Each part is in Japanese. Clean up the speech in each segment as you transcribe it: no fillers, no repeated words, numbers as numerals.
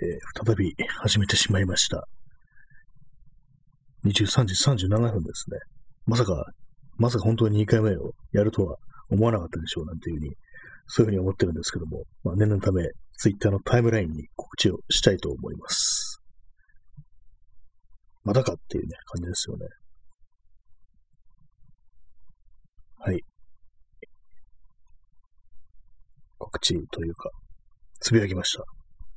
再び始めてしまいました。23時37分ですね。まさか本当に2回目をやるとは思わなかったでしょうなんていうふうに、そういうふうに思ってるんですけども、念のため、ツイッターのタイムラインに告知をしたいと思います。またかっていうね、感じですよね。はい。告知というか、つぶやきました。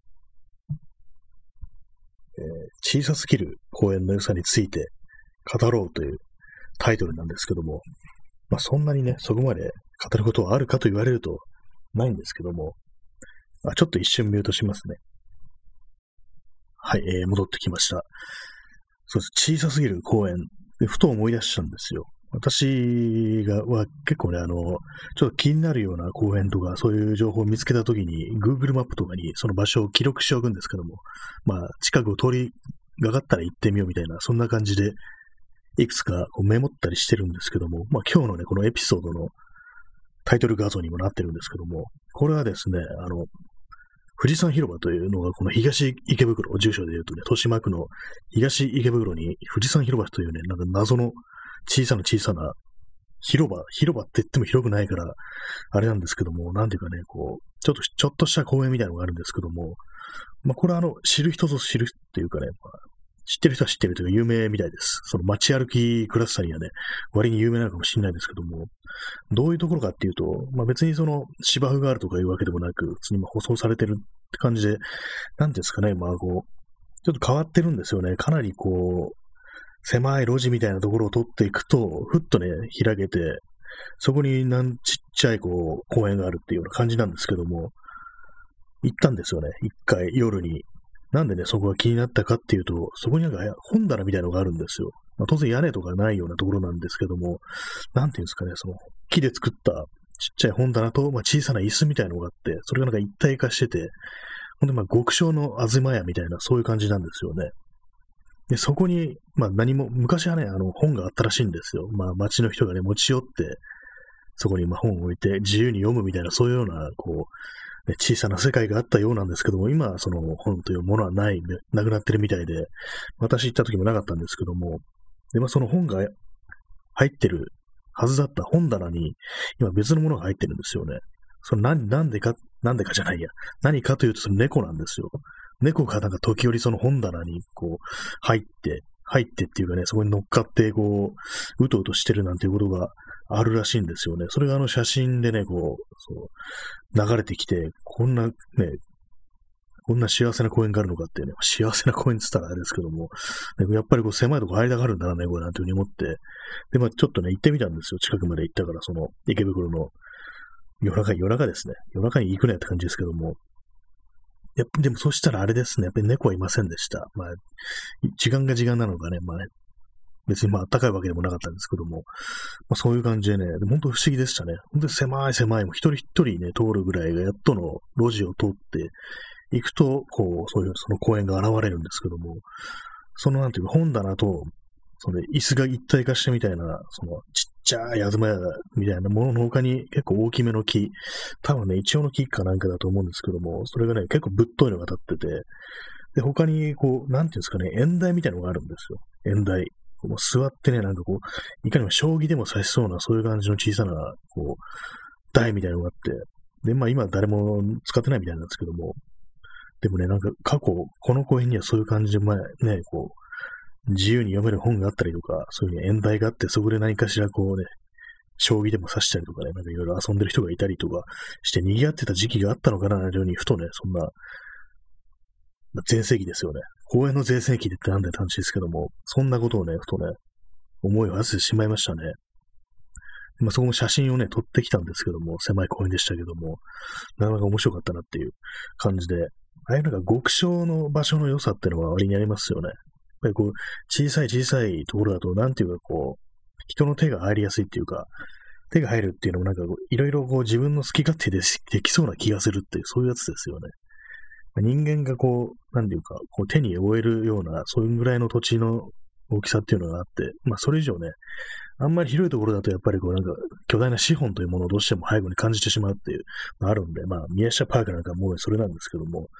小さすぎる公園の良さについて語ろうというタイトルなんですけども、そんなにね、そこまで語ることはあるかと言われるとないんですけども、ちょっと一瞬ミュートしますね。はい、戻ってきました。そうです。小さすぎる公園で、ふと思い出したんですよ。私は結構ね、ちょっと気になるような公園とか、そういう情報を見つけたときに、Google マップとかにその場所を記録しておくんですけども、近くを通りがかったら行ってみようみたいな、そんな感じで、いくつかこうメモったりしてるんですけども、今日のね、このエピソードのタイトル画像にもなってるんですけども、これはですね、富士山広場というのが、この東池袋、住所で言うとね、豊島区の東池袋に富士山広場というね、なんか謎の小さな広場って言っても広くないから、あれなんですけども、なんていうかね、こう、ちょっとした公園みたいなのがあるんですけども、これは知る人ぞ知るっていうかね、知ってる人は知ってるというか有名みたいです。その街歩きクラスターにはね、割に有名なのかもしれないですけども、どういうところかっていうと、別にその芝生があるとかいうわけでもなく、普通に舗装されてるって感じで、なんていうんですかね、ちょっと変わってるんですよね。かなりこう、狭い路地みたいなところを通っていくと、ふっとね、開けて、そこにちっちゃいこう、公園があるっていうような感じなんですけども、行ったんですよね。一回夜に。なんでね、そこが気になったかっていうと、そこになんか本棚みたいなのがあるんですよ。当然屋根とかないようなところなんですけども、なんていうんですかね、その木で作ったちっちゃい本棚と、小さな椅子みたいなのがあって、それがなんか一体化してて、ほんで極小の東屋みたいな、そういう感じなんですよね。で、そこに、何も、昔はね、本があったらしいんですよ。街の人がね、持ち寄って、そこに本を置いて自由に読むみたいな、そういうような、こう、ね、小さな世界があったようなんですけども、今はその本というものはなくなってるみたいで、私行った時もなかったんですけども、で、その本が入ってるはずだった本棚に、今別のものが入ってるんですよね。そのなんでかじゃないや。何かというと、その猫なんですよ。猫がなんか時折その本棚にこう入ってっていうかね、そこに乗っかってこう、うとうとしてるなんていうことがあるらしいんですよね。それが写真でね、こう、そう、流れてきて、こんな幸せな公園があるのかっていうね、幸せな公園って言ったらあれですけども、やっぱりこう狭いとこ入りたがるんだな、猫なんていうふうに思って、で、ちょっとね、行ってみたんですよ。近くまで行ったから、その、池袋の夜中ですね。夜中に行くねって感じですけども、でもそしたらあれですね。やっぱり猫はいませんでした。時間が時間なのかね。別に暖かいわけでもなかったんですけども、そういう感じでね、本当不思議でしたね。本当に狭い、もう一人一人ね、通るぐらいがやっとの路地を通って行くと、こう、その公園が現れるんですけども、なんていうか本棚と、その椅子が一体化したみたいな、そのちっちゃい東屋みたいなものの他に結構大きめの木、多分ね、イチョウの木かなんかだと思うんですけども、それがね、結構ぶっといのが立ってて、で、他にこう、なんていうんですかね、縁台みたいなのがあるんですよ。縁台。こう座ってね、なんかこう、いかにも将棋でも指しそうな、そういう感じの小さな、こう、台みたいなのがあって、で、今誰も使ってないみたいなんですけども、でもね、なんか過去、この公園にはそういう感じでね、こう、自由に読める本があったりとか、そういう縁台があって、そこで何かしらこうね、将棋でも指したりとかね、なんかいろいろ遊んでる人がいたりとかして賑わってた時期があったのかな、ように、ふとね、そんな、全盛期ですよね。公園の全盛期ってなんだよって話ですけども、そんなことをね、ふとね、思いを馳せてしまいましたね。そこも写真をね、撮ってきたんですけども、狭い公園でしたけども、なかなか面白かったなっていう感じで、ああいうなんか極小の場所の良さっていうのは割にありますよね。やっぱりこう、小さいところだと、なんていうかこう、人の手が入りやすいっていうか、手が入るっていうのもなんかいろいろこう自分の好き勝手できそうな気がするっていう、そういうやつですよね。人間がこう、なんていうか、こう手に負えるような、そういうぐらいの土地の大きさっていうのがあって、それ以上ね、あんまり広いところだとやっぱりこうなんか巨大な資本というものをどうしても背後に感じてしまうっていうのがあるんで、宮下パークなんかもうそれなんですけども、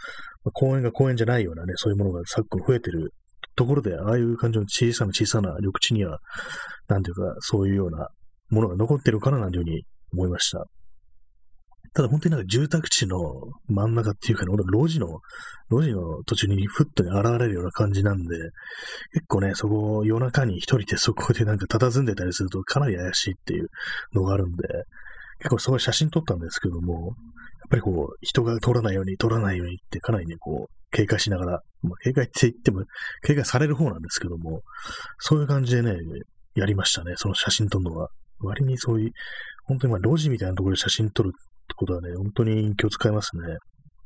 公園が公園じゃないようなね、そういうものが昨今増えてるところで、ああいう感じの小さな小さな緑地には、なんていうか、そういうようなものが残ってるかな、なんていうふうに思いました。ただ本当になんか住宅地の真ん中っていうかね、路地の途中にふっとね、現れるような感じなんで、結構ね、そこを夜中に一人でそこでなんか佇んでたりするとかなり怪しいっていうのがあるんで、結構そこで写真撮ったんですけども、やっぱりこう、人が撮らないようにってかなりね、こう、警戒しながら、警戒って言っても、警戒される方なんですけども、そういう感じでね、やりましたね、その写真撮るのは。割にそういう、本当に路地みたいなところで写真撮るってことはね、本当に気を使いますね。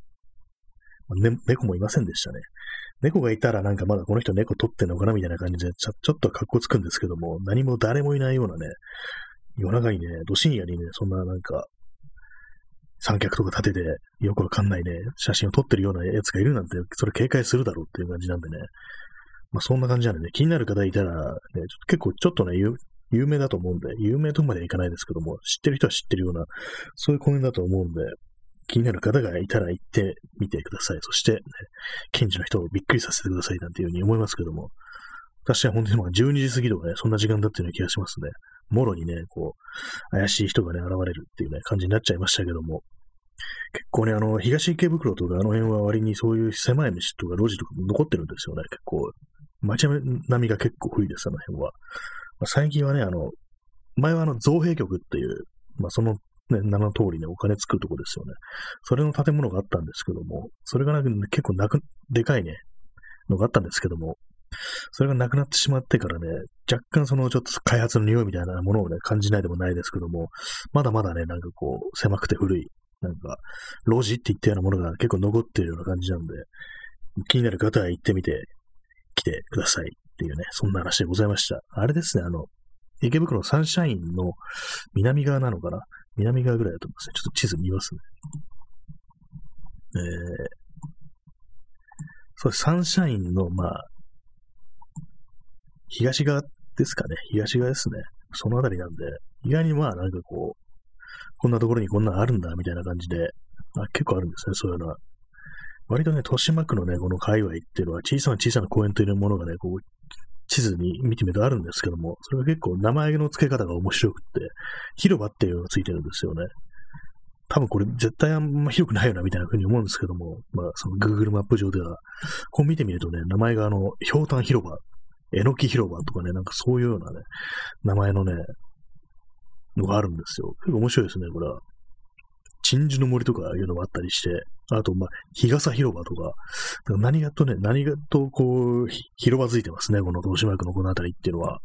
猫もいませんでしたね。猫がいたらなんかまだこの人猫撮ってんのかなみたいな感じでちょっと格好つくんですけども、何も誰もいないようなね、夜中にね、ど深夜にね、そんななんか、三脚とか立てて、よくわかんないね、写真を撮ってるようなやつがいるなんて、それ警戒するだろうっていう感じなんでね。そんな感じなんでね、気になる方いたら、ね、結構ちょっとね、有名だと思うんで、有名とまではいかないですけども、知ってる人は知ってるような、そういう公園だと思うんで、気になる方がいたら行ってみてください。そして、ね、近所の人をびっくりさせてくださいなんていうふうに思いますけども、私は本当に12時過ぎとかね、そんな時間だっていうような気がしますね。もろにね、こう、怪しい人がね、現れるっていうね、感じになっちゃいましたけども、結構ね、東池袋とかあの辺は割にそういう狭い道とか路地とかも残ってるんですよね、結構。街並みが結構古いです、あの辺は。最近はね、前は造幣局っていう、そのね、名の通りね、お金作るとこですよね。それの建物があったんですけども、それが結構でかいね、のがあったんですけども、それがなくなってしまってからね、若干ちょっと開発の匂いみたいなものをね、感じないでもないですけども、まだまだね、なんかこう、狭くて古い、なんか、路地って言ったようなものが結構残っているような感じなんで、気になる方は行ってみて来てくださいっていうね、そんな話でございました。あれですね、池袋のサンシャインの南側なのかな、南側ぐらいだと思いますね。ちょっと地図見ますね。そうです。サンシャインの、東側ですかね。東側ですね。そのあたりなんで、意外になんかこう、こんなところにこんなのあるんだ、みたいな感じで、結構あるんですね、そういうのは。割とね、豊島区のね、この界隈っていうのは小さな小さな公園というものがね、こう、地図に見てみるとあるんですけども、それが結構名前の付け方が面白くって、広場っていうのがついてるんですよね。多分これ絶対あんま広くないよな、みたいな風に思うんですけども、その Google マップ上では、こう見てみるとね、名前がひょうたん広場、えのき広場とかね、なんかそういうようなね、名前のね、のがあるんですよ。結構面白いですね、これは。鎮守の森とかいうのもあったりして、あと、日傘広場とか、何がとこう、広場づいてますね、この東島区のこの辺りっていうのは。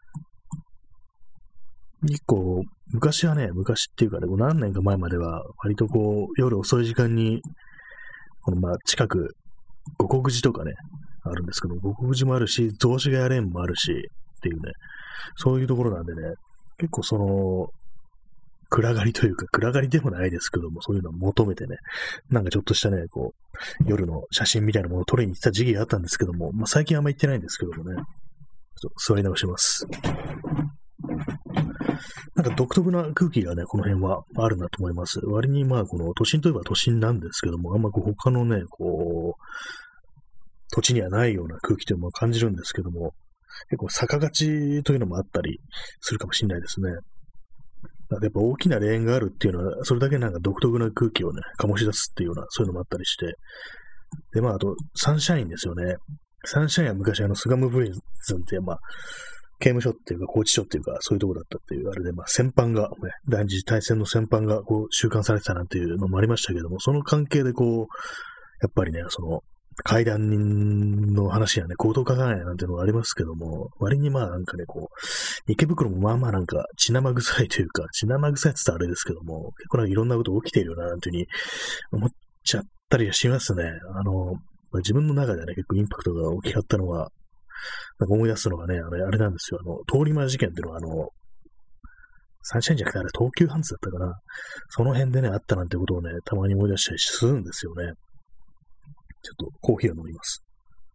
結構、昔っていうかね、何年か前までは、割とこう、夜遅い時間に、この近く、五国寺とかね、あるんですけど、五国寺もあるし、雑司ヶ谷レーンもあるし、っていうね、そういうところなんでね、結構暗がりというか、暗がりでもないですけども、そういうのを求めてね、なんかちょっとしたね、こう、夜の写真みたいなものを撮りに行ってた時期があったんですけども、最近あんま行ってないんですけどもね、ちょっと座り直します。なんか独特な空気がね、この辺はあるなと思います。割にこの都心といえば都心なんですけども、あんま他のね、こう、土地にはないような空気というのも感じるんですけども、結構坂がちというのもあったりするかもしれないですね。やっぱ大きなレーンがあるっていうのは、それだけなんか独特な空気をね、醸し出すっていうような、そういうのもあったりして。で、あと、サンシャインですよね。サンシャインは昔スガムプリズンって、刑務所っていうか、拘置所っていうか、そういうところだったっていう、あれで、戦犯が、第二次大戦の戦犯が、こう、収監されてたなんていうのもありましたけども、その関係で、こう、やっぱりね、階段の話やね、行動書かないなんていうのがありますけども、割になんかね、こう、池袋もなんか血生臭いというか、血生臭いって言ったらあれですけども、結構なんかいろんなこと起きているよな、なんていうふうに思っちゃったりはしますね。自分の中ではね、結構インパクトが大きかったのは、なんか思い出すのがね、あれなんですよ。通り魔事件っていうのはサンシャインじゃなくて東急ハンズだったかな。その辺でね、あったなんてことをね、たまに思い出したりするんですよね。ちょっとコーヒーを飲みます。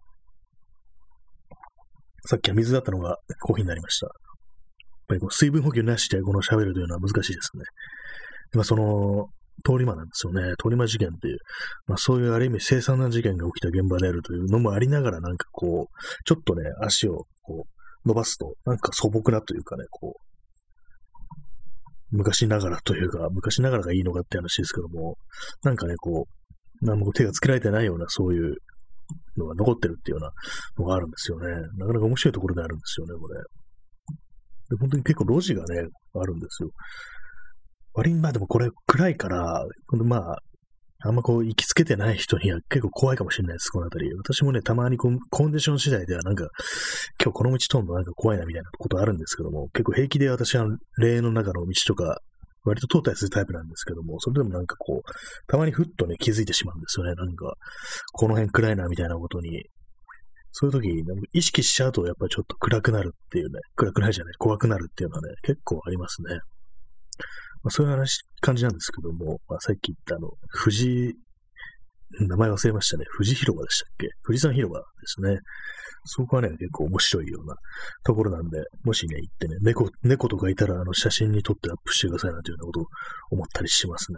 さっきは水だったのがコーヒーになりました。やっぱり水分補給なしでこの喋るというのは難しいですね。 通り魔なんですよね。通り魔事件っていう、まあそういうある意味凄惨な事件が起きた現場であるというのもありながら、なんかこう、ちょっとね、足をこう伸ばすと、なんか素朴なというかね、こう、昔ながらというか、昔ながらがいいのかって話ですけども、なんかね、こう、何も手がつけられてないような、そういうのが残ってるっていうようなのがあるんですよね。なかなか面白いところであるんですよね、これ。で本当に結構路地がね、あるんですよ。割にまあでもこれ暗いから、まあ、あんまこう行きつけてない人には結構怖いかもしれないです、このあたり。私もね、たまにコンディション次第ではなんか、今日この道通るのなんか怖いなみたいなことあるんですけども、結構平気で私は霊園の中の道とか、割と通ったりするタイプなんですけども、それでもなんかこう、たまにふっとね、気づいてしまうんですよね。なんか、この辺暗いなみたいなことに。そういう時に、意識しちゃうとやっぱりちょっと暗くなるっていうね、暗くないじゃない、怖くなるっていうのはね、結構ありますね。まあ、そういう感じなんですけども、まあ、さっき言った名前忘れましたね。富士広場でしたっけ？富士山広場ですね。そこはね、結構面白いようなところなんで、もしね、行ってね、猫とかいたら、写真に撮ってアップしてくださいなというようなことを思ったりしますね。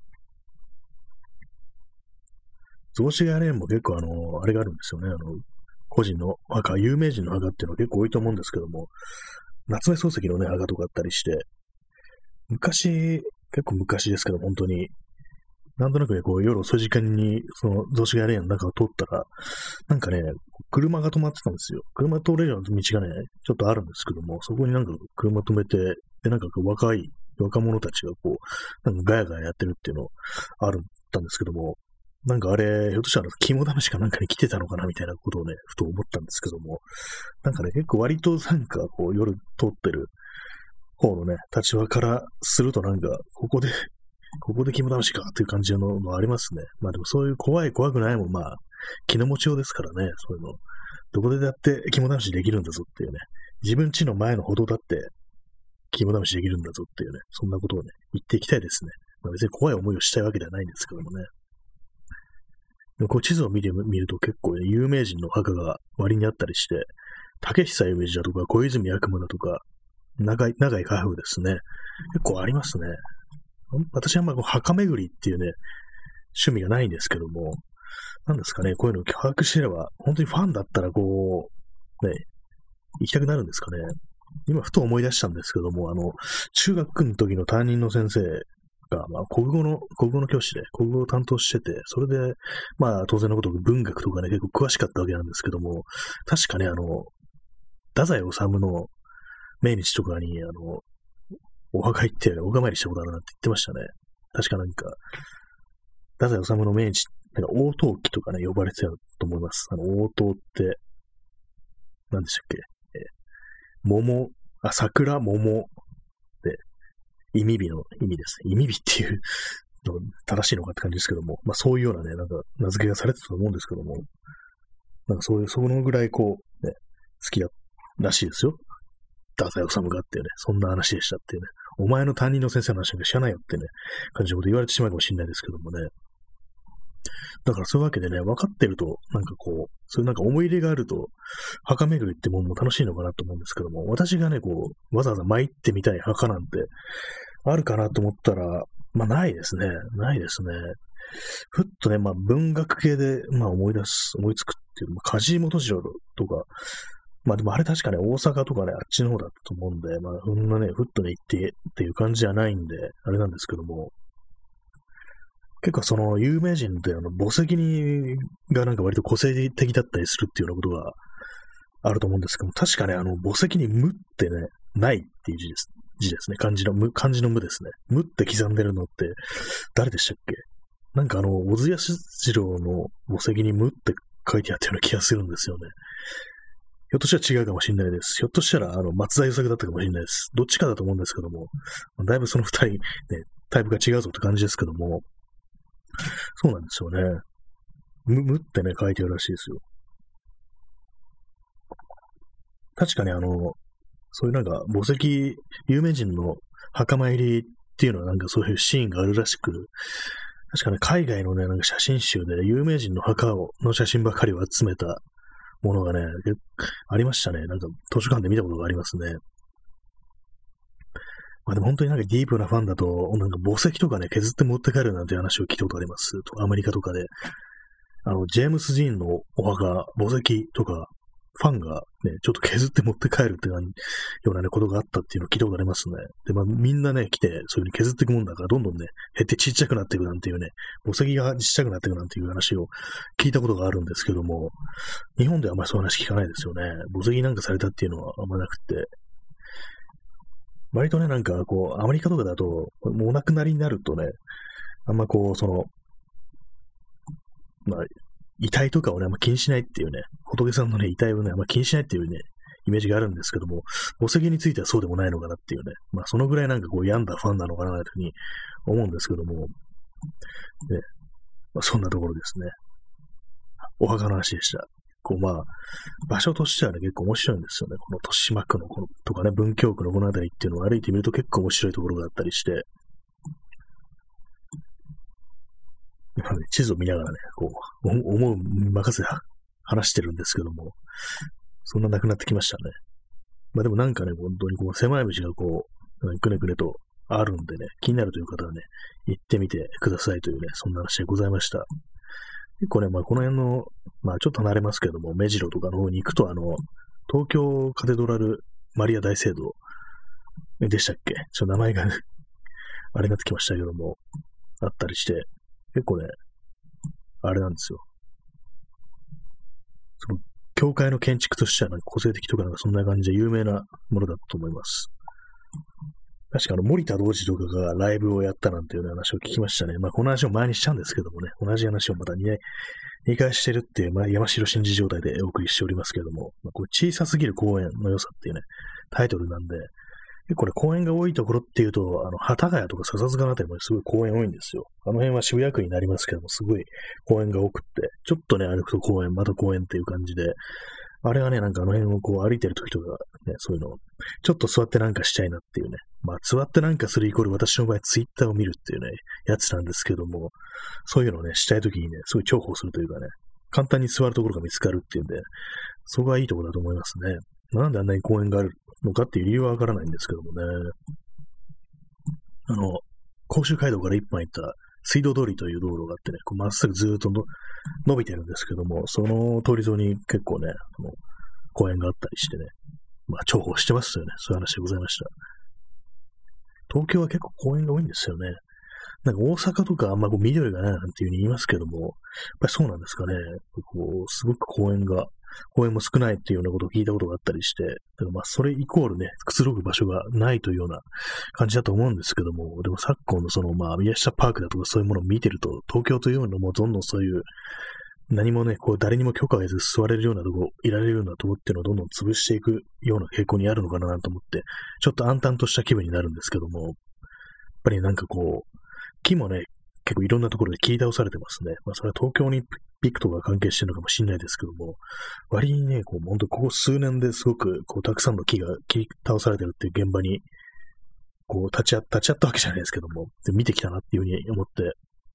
雑司ヶ谷レーンも結構あれがあるんですよね。個人の墓、有名人の墓っていうのは結構多いと思うんですけども、夏目漱石のね、墓とかあったりして、結構昔ですけど、本当に、なんとなくね、こう、夜遅い時間に、その、雑司ヶ谷レーンの中を通ったら、なんかね、車が止まってたんですよ。車通れるような道がね、ちょっとあるんですけども、そこになんか車止めて、で、なんか若者たちがこう、なんかガヤガヤやってるっていうのったんですけども、なんかあれ、ひょっとしたら肝試しかなんかに来てたのかなみたいなことをね、ふと思ったんですけども、なんかね、結構割となんかこう、夜通ってる方のね、立場からするとなんか、ここで肝試しかっていう感じのもありますね。まあでもそういう怖くないもまあ、気の持ちようですからね、そういうの。どこでだって肝試しできるんだぞっていうね。自分家の前の歩道だって肝試しできるんだぞっていうね、そんなことをね、言っていきたいですね。まあ別に怖い思いをしたいわけではないんですけどもね。でもこう地図を見ると結構ね、有名人の墓が割にあったりして、竹久夢二だとか、小泉八雲だとか、長井家風ですね。結構ありますね。私は墓巡りっていうね、趣味がないんですけども、なんですかね、こういうのを把握してれば、本当にファンだったらこう、ね、行きたくなるんですかね。今、ふと思い出したんですけども、中学の時の担任の先生が、まあ、国語の教師で、国語を担当してて、それで、まあ、当然のこと文学とかね、結構詳しかったわけなんですけども、確かね、太宰治の命日とかに、お墓行ってお参りしたことあるなって言ってましたね。確かなんか、太宰治の命日、なんか応答記とかね、呼ばれてたと思います。応答って、何でしたっけ？桜、桃で、意味日の意味ですね。意味日っていうの正しいのかって感じですけども、まあそういうようなね、なんか名付けがされてたと思うんですけども、なんかそのぐらいこう、ね、好きだらしいですよ。太宰治がっていうね、そんな話でしたっていうね、お前の担任の先生の話なんか知らないよってね、感じのこと言われてしまうかもしれないですけどもね。だからそういうわけでね、分かってると、なんかこう、そういうなんか思い入れがあると、墓巡りってものも楽しいのかなと思うんですけども、私がね、こう、わざわざ参ってみたい墓なんて、あるかなと思ったら、まあないですね。ないですね。ふっとね、まあ文学系で、まあ思いつくっていう、梶本次郎とか、まあでもあれ確かね、大阪とかね、あっちの方だったと思うんで、まあそんなね、ふっとね、行ってっていう感じじゃないんで、あれなんですけども、結構その有名人で墓石がなんか割と個性的だったりするっていうようなことがあると思うんですけども、確かね、墓石に無ってね、ないっていう字ですね。漢字の無ですね。無って刻んでるのって、誰でしたっけ？なんか小津安二郎の墓石に無って書いてあったような気がするんですよね。ひょっとしたら違うかもしれないです。ひょっとしたら、松田優作だったかもしれないです。どっちかだと思うんですけども、だいぶその二人、ね、タイプが違うぞって感じですけども、そうなんですよね。無ってね、書いてあるらしいですよ。確かにそういうなんか、墓石、有名人の墓参りっていうのはなんかそういうシーンがあるらしく、確かね、海外のね、なんか写真集で有名人の墓の写真ばかりを集めたものがね、ありましたね。なんか図書館で見たことがありますね。 まあでも本当になんかディープなファンだと、なんか墓石とかね、削って持って帰るなんていう話を聞いたことあります。アメリカとかで。ジェームス・ジーンのお墓、墓石とか、ファンがね、ちょっと削って持って帰るっていうようなね、ことがあったっていうのを聞いたことありますね。で、まあみんなね、来て、そういう風に削っていくもんだから、どんどんね、減ってちっちゃくなっていくなんていうね、墓石がちっちゃくなっていくなんていう話を聞いたことがあるんですけども、日本ではあんまりそういう話聞かないですよね。墓石なんかされたっていうのはあんまなくて、割とね、なんかこう、アメリカとかだと、もうお亡くなりになるとね、あんまこう、まあ、遺体とかをね、あんま気にしないっていうね、仏さんのね、遺体をね、あんま気にしないっていうね、イメージがあるんですけども、墓石についてはそうでもないのかなっていうね、まあ、そのぐらいなんかこう、病んだファンなのかなというふうに思うんですけども、ね、まあ、そんなところですね。お墓の話でした。こう、まあ、場所としてはね、結構面白いんですよね。この豊島区のとかね、文京区のこの辺りっていうのを歩いてみると結構面白いところがあったりして、今ね、地図を見ながらね、こう、思う任せ話してるんですけども、そんななくなってきましたね。まあでもなんかね、本当にこう、狭い道がこう、くねくねとあるんでね、気になるという方はね、行ってみてくださいというね、そんな話でございました。結構ね、まあこの辺の、まあちょっと離れますけども、目白とかの方に行くと、東京カテドラルマリア大聖堂でしたっけ？名前がね、あれになってきましたけども、あったりして、結構ね、あれなんですよ。その、教会の建築としてはなんか個性的とかなんかそんな感じで有名なものだと思います。確か森田童子とかがライブをやったなんていうような話を聞きましたね。まあこの話を前にしたんですけどもね、同じ話をまた2回してるっていう、まあ山城信じ状態でお送りしておりますけども、まあ、こう小さすぎる公園の良さっていうね、タイトルなんで、結構ね、公園が多いところっていうと、幡ヶ谷とか笹塚のあたりもすごい公園多いんですよ。あの辺は渋谷区になりますけども、すごい公園が多くって、ちょっとね、歩くと公園、また公園っていう感じで、あれはね、なんかあの辺をこう歩いてる時とか、ね、そういうのを、ちょっと座ってなんかしたいなっていうね。まあ、座ってなんかするイコール私の場合ツイッターを見るっていうね、やつなんですけども、そういうのをね、したい時にね、すごい重宝するというかね、簡単に座るところが見つかるっていうんで、そこがいいところだと思いますね。なんであんなに公園があるのかっていう理由はわからないんですけどもね。甲州街道から一本行った水道通りという道路があってね、こうまっすぐずーっと伸びてるんですけども、その通り沿いに結構ね、公園があったりしてね、まあ重宝してますよね。そういう話でございました。東京は結構公園が多いんですよね。なんか大阪とかあんまこう緑がないなんていう風に言いますけども、やっぱりそうなんですかね。こう、すごく公園も少ないっていうようなことを聞いたことがあったりして、だからまあそれイコールね、くつろぐ場所がないというような感じだと思うんですけども、でも昨今のまあ宮下パークだとかそういうものを見てると、東京というのもどんどんそういう何もね、こう誰にも許可を得ず座れるようなとこ、いられるようなとこっていうのをどんどん潰していくような傾向にあるのかなと思って、ちょっと暗淡とした気分になるんですけども、やっぱりなんかこう、木もね、結構いろんなところで切り倒されてますね。まあそれは東京オリンピックとか関係してるのかもしれないですけども、割にね、こう、本当ここ数年ですごく、こう、たくさんの木が切り倒されてるっていう現場に、こう、立ち会ったわけじゃないですけども、で見てきたなっていうふうに思って、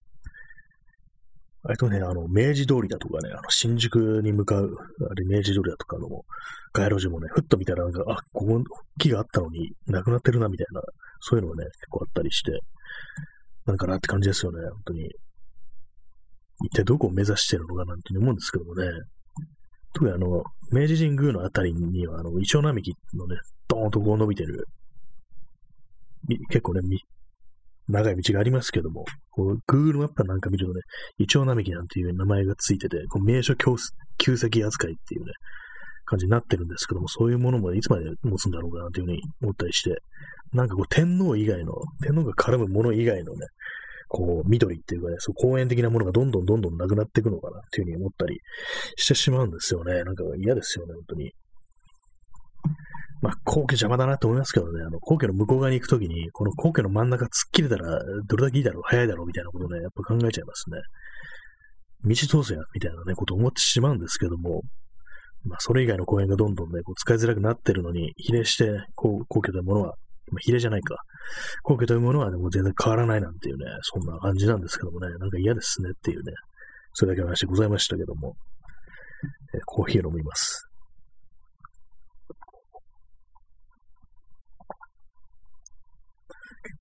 割とね、明治通りだとかね、新宿に向かう、あれ、明治通りだとか街路樹もね、ふっと見たらなんか、あ、ここ木があったのに、なくなってるな、みたいな、そういうのがね、結構あったりして、なんかなって感じですよね、本当に。一体どこを目指してるのかなんて思うんですけどもね。特に明治神宮のあたりには、イチョウ並木のね、ドーンとこう伸びてる、結構ね、長い道がありますけども、こう、Google マップなんか見るとね、イチョウ並木なんていう名前がついてて、こう名所旧跡扱いっていうね、感じになってるんですけども、そういうものもいつまで持つんだろうかなというふうに思ったりして、なんかこう、天皇が絡むもの以外のね、こう、緑っていうかね、そう公園的なものがどんどんなくなっていくのかなっていうふうに思ったりしてしまうんですよね。なんか嫌ですよね、本当に。まあ、皇居邪魔だなと思いますけどね、皇居の向こう側に行くときに、この皇居の真ん中突っ切れたら、どれだけいいだろう、早いだろう、みたいなことをね、やっぱ考えちゃいますね。道通せや、みたいなね、ことを思ってしまうんですけども、まあ、それ以外の公園がどんどんね、こう使いづらくなってるのに、比例して、皇居というものは、比例じゃないか。皇居というものはね、もう全然変わらないなんていうね、そんな感じなんですけどもね、なんか嫌ですねっていうね、それだけの話でございましたけども、コーヒーを飲みます。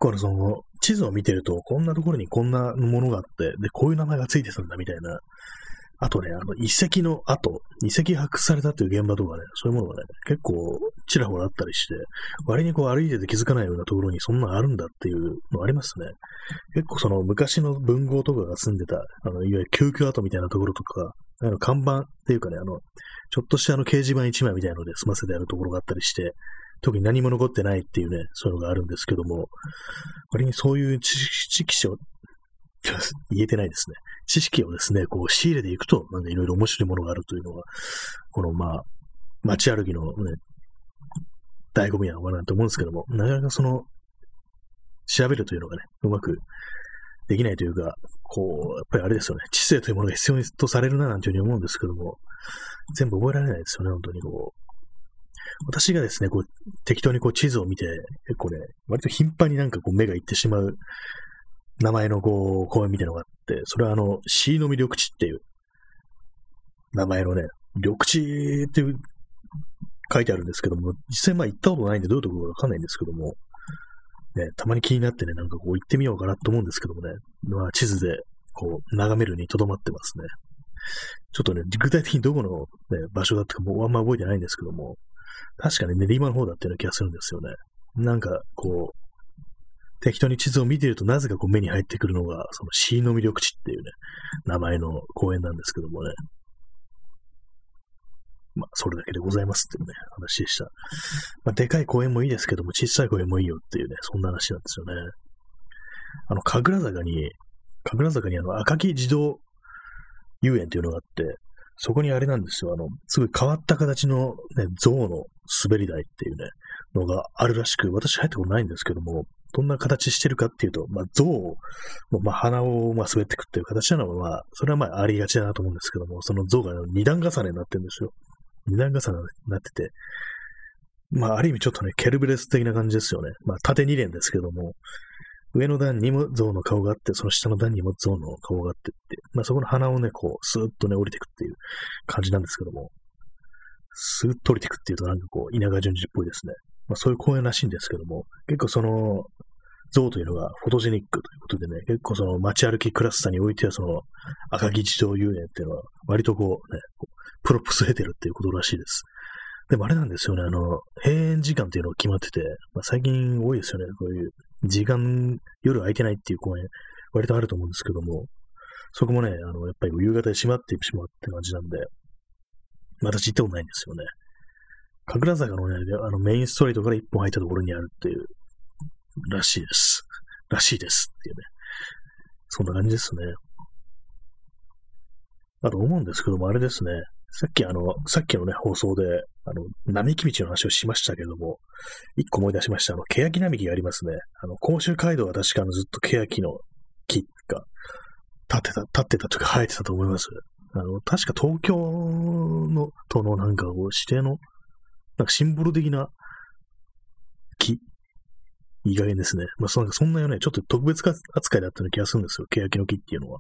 構その、地図を見てると、こんなところにこんなものがあって、で、こういう名前がついてたんだみたいな、あとね、遺跡の跡、遺跡発掘されたという現場とかね、そういうものがね、結構ちらほらあったりして、割にこう歩いてて気づかないようなところにそんなのあるんだっていうのありますね。結構その昔の文豪とかが住んでた、いわゆる救急跡みたいなところとか、看板っていうかね、ちょっとした掲示板一枚みたいなので済ませてあるところがあったりして、特に何も残ってないっていうね、そういうのがあるんですけども、割にそういう知識を、言えてないですね。知識をですね、こう仕入れていくと、なんかいろいろ面白いものがあるというのが、この街歩きのね、醍醐味なのかなと思うんですけども、なかなか調べるというのがね、うまくできないというか、こう、やっぱりあれですよね、知性というものが必要とされるななんていうふうに思うんですけども、全部覚えられないですよね、本当にこう。私がですね、こう、適当にこう地図を見て、結構ね、割と頻繁になんかこう目がいってしまう名前のこう、公園みたいなのがあって、それは椎の実緑地っていう名前のね、緑地っていう書いてあるんですけども、実際行ったことないんでどういうところかわかんないんですけども、ね、たまに気になってね、なんかこう行ってみようかなと思うんですけどもね、地図でこう眺めるにとどまってますね。ちょっとね、具体的にどこの、ね、場所だったかもうあんま覚えてないんですけども、確かに練馬の方だったような気がするんですよね。なんかこう、適当に地図を見ているとなぜかこう目に入ってくるのが、その椎の実緑地っていうね、名前の公園なんですけどもね。それだけでございますっていうね、話でした。でかい公園もいいですけども、小さい公園もいいよっていうね、そんな話なんですよね。神楽坂に赤城児童遊園っていうのがあって、そこにあれなんですよ、すごい変わった形のね、象の滑り台っていうね、のがあるらしく、私入ったことないんですけども、どんな形してるかっていうと、象の、鼻を滑ってくっていう形なのは、それはありがちだなと思うんですけども、その象が二段重ねになってるんですよ。二段重ねになってて、ある意味ちょっとね、ケルベレス的な感じですよね。縦二連ですけども、上の段にも象の顔があって、その下の段にも象の顔があってって、そこの鼻をね、こう、スーッとね、降りてくっていう感じなんですけども、スーッと降りてくっていうとなんかこう、稲川淳二っぽいですね。そういう公園らしいんですけども、結構象というのがフォトジェニックということでね、結構街歩きクラスターにおいては赤城児童遊園っていうのは、割とこうね、プロップス得てるっていうことらしいです。でもあれなんですよね、閉園時間っていうのが決まってて、最近多いですよね、こういう時間、夜空いてないっていう公園、割とあると思うんですけども、そこもね、やっぱり夕方で閉まってしまうって感じなんで、私行ったことないんですよね。神楽坂のね、メインストリートから一本入ったところにあるっていう、らしいです。らしいですっていうね。そんな感じですね。あと思うんですけども、あれですね。さっきのね、放送で、並木道の話をしましたけども、一個思い出しました。欅並木がありますね。甲州街道は確かずっと欅の木が立ってたというか生えてたと思います。確か東京都のなんかこう指定の、なんかシンボル的な木、いい加減ですね。そんなよね、ちょっと特別扱いだったような気がするんですよ。欅の木っていうのは。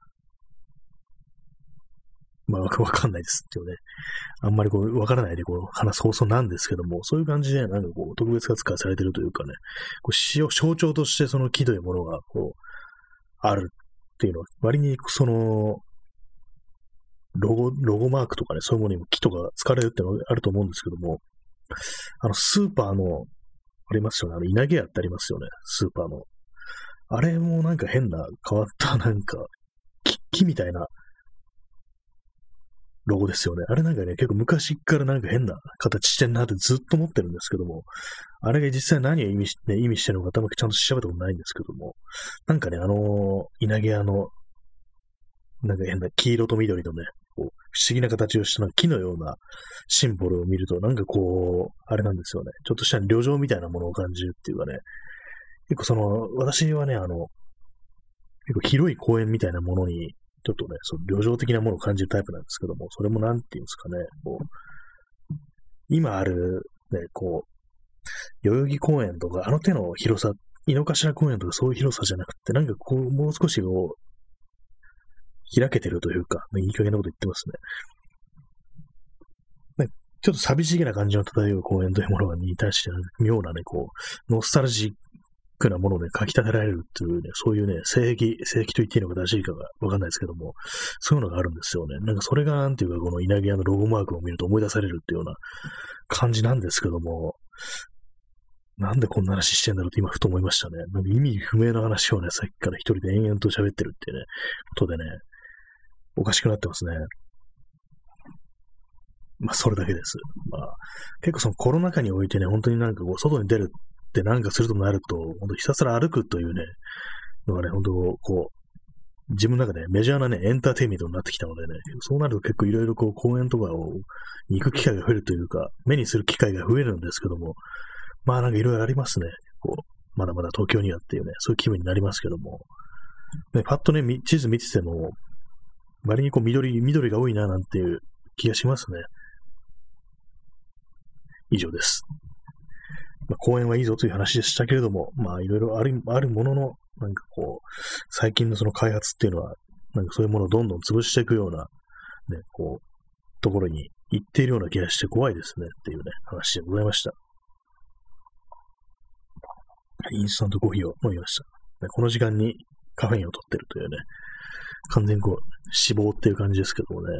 わかんないですっていうね。あんまりこう、わからないでこう、話す放送なんですけども、そういう感じで、なんかこう、特別扱いされてるというかね、こう象徴としてその木というものが、こう、あるっていうのは、割にロゴマークとかね、そういうものにも木とか使われるっていうのがあると思うんですけども、スーパーの、ありますよね、稲毛屋ってありますよね、スーパーの。あれもなんか変な、変わったなんか、木みたいな、ロゴですよね。あれなんかね、結構昔からなんか変な形してんなってずっと思ってるんですけども、あれが実際何を意味してるのか、多分ちゃんと調べたことないんですけども、なんかね、稲毛屋の、なんか変な黄色と緑のね、こう不思議な形をした木のようなシンボルを見ると、なんかこう、あれなんですよね。ちょっとした旅情みたいなものを感じるっていうかね、結構私はね、結構広い公園みたいなものに、ちょっとね、旅情的なものを感じるタイプなんですけども、それもなんていうんですかね、こう、今ある、ね、こう、代々木公園とか、手の広さ、井の頭公園とかそういう広さじゃなくて、なんかこう、もう少しこう、開けてるというか、いい加減なこと言ってますね。ちょっと寂しげな感じの漂う公園というものに対して、妙なね、こう、ノスタルジークなもので書き立てられるっていうね、そういうね、性癖と言っていいのか正しいかがわかんないですけども、そういうのがあるんですよね。なんかそれがなんていうか、この稲毛屋のロゴマークを見ると思い出されるっていうような感じなんですけども、なんでこんな話してんだろうって今ふと思いましたね。なんか意味不明な話をね、さっきから一人で延々と喋ってるっていうね、ことでね、おかしくなってますね。まあ、それだけです。まあ、結構そのコロナ禍においてね、本当になんかこう、外に出るってなんかするとなると、本当ひたすら歩くというね、のがね、本当こう、自分の中でメジャーなね、エンターテインメントになってきたのでね、そうなると結構いろいろこう、公園とかを行く機会が増えるというか、目にする機会が増えるんですけども、まあなんかいろいろありますね。こう、まだまだ東京にはっていうね、そういう気分になりますけども、ね、パッとね、地図見てても、割にこう緑が多いななんていう気がしますね。以上です。まあ、公園はいいぞという話でしたけれども、まあいろいろあるものの、なんかこう、最近のその開発っていうのは、なんかそういうものをどんどん潰していくような、ね、こう、ところに行っているような気がして怖いですねっていうね、話でございました。インスタントコーヒーを飲みました。この時間にカフェインを取ってるというね、完全にこう、死亡っていう感じですけどもね。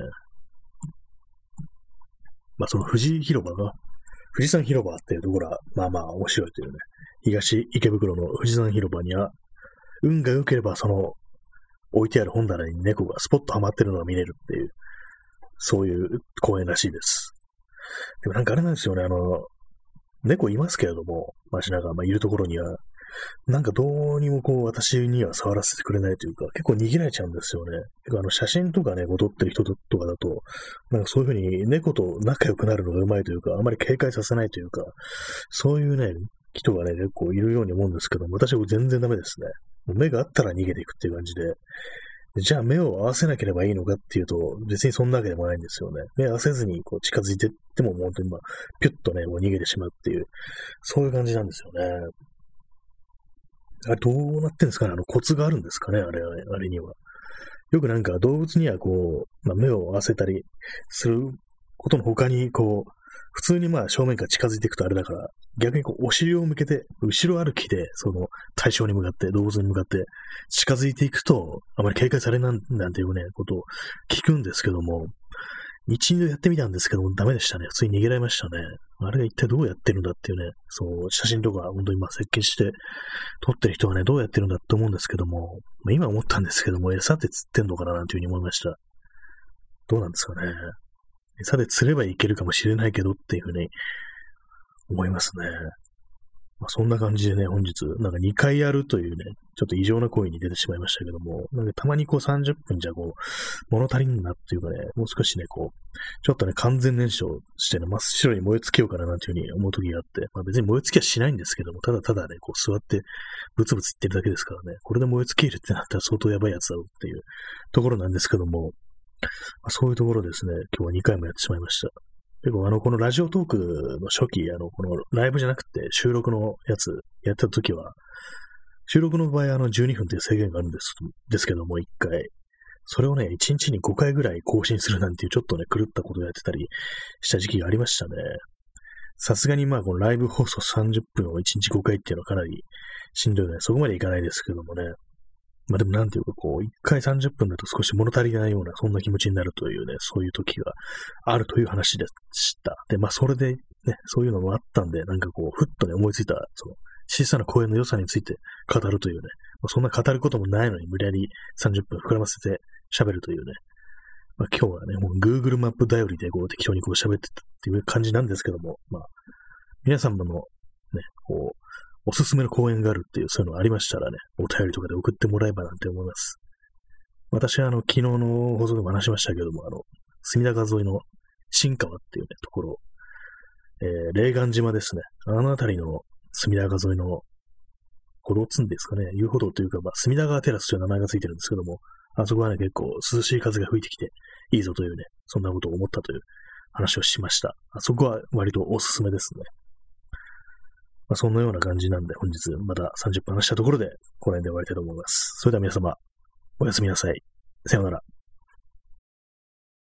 まあその富士山広場っていうところは、まあまあ面白いというね、東池袋の富士山広場には、運が良ければその置いてある本棚に猫がスポッとハマってるのが見れるっていう、そういう公園らしいです。でもなんかあれなんですよね、猫いますけれども、街中、まあいるところには、なんかどうにもこう私には触らせてくれないというか、結構逃げられちゃうんですよね。結構写真とかね、撮ってる人とかだと、なんかそういうふうに猫と仲良くなるのがうまいというか、あまり警戒させないというか、そういうね、人がね、結構いるように思うんですけども、私は全然ダメですね。もう目があったら逃げていくっていう感じで、じゃあ目を合わせなければいいのかっていうと、別にそんなわけでもないんですよね。目を合わせずにこう近づいていっても、本当にピュッとね、もう逃げてしまうっていう、そういう感じなんですよね。あれどうなってんですかね、コツがあるんですかね、あれには。よくなんか動物にはこう、目を合わせたりすることの他に、こう、普通に正面から近づいていくとあれだから、逆にこうお尻を向けて、後ろ歩きで、その対象に向かって、動物に向かって近づいていくと、あまり警戒されなんていうね、ことを聞くんですけども、一度やってみたんですけども、ダメでしたね。普通に逃げられましたね。あれが一体どうやってるんだっていうね、そう、写真とか本当に接近して撮ってる人はね、どうやってるんだって思うんですけども、今思ったんですけども、餌で釣ってんのかななんていうふうに思いました。どうなんですかね。餌で釣ればいけるかもしれないけどっていうふうに思いますね。そんな感じでね、本日、なんか2回やるというね、ちょっと異常な行為に出てしまいましたけども、なんかたまにこう30分じゃこう、物足りんなっていうかね、もう少しね、こう、ちょっとね、完全燃焼してね、真っ白に燃え尽きようかななんていうふうに思う時があって、別に燃え尽きはしないんですけども、ただただね、こう座ってブツブツ言ってるだけですからね、これで燃え尽きるってなったら相当やばいやつだろうっていうところなんですけども、そういうところですね、今日は2回もやってしまいました。結構このラジオトークの初期、このライブじゃなくて収録のやつやった時は、収録の場合12分という制限があるんですけども、1回。それをね、1日に5回ぐらい更新するなんていうちょっとね、狂ったことをやってたりした時期がありましたね。さすがにこのライブ放送30分を1日5回っていうのはかなりしんどいね。そこまでいかないですけどもね。でもなんていうかこう、1回30分だと少し物足りないような、そんな気持ちになるというね、そういう時があるという話でした。で、それでね、そういうのもあったんで、なんかこう、ふっとね、思いついた、その、小さな公園の良さについて語るというね、そんな語ることもないのに無理やり30分膨らませて喋るというね、今日はね、もう Google マップ頼りでこう適当にこう喋ってたっていう感じなんですけども、皆様のね、こう、おすすめの公園があるっていう、そういうのがありましたらね、お便りとかで送ってもらえばなんて思います。私は昨日の放送でも話しましたけども、隅田川沿いの新川っていうね、ところ、霊岩島ですね。あの辺りの隅田川沿いの歩道っつうんですかね、遊歩道というか、隅田川テラスという名前がついてるんですけども、あそこはね、結構涼しい風が吹いてきていいぞというね、そんなことを思ったという話をしました。あそこは割とおすすめですね。そんなような感じなんで、本日また30分話したところで、この辺で終わりたいと思います。それでは皆様、おやすみなさい。さようなら。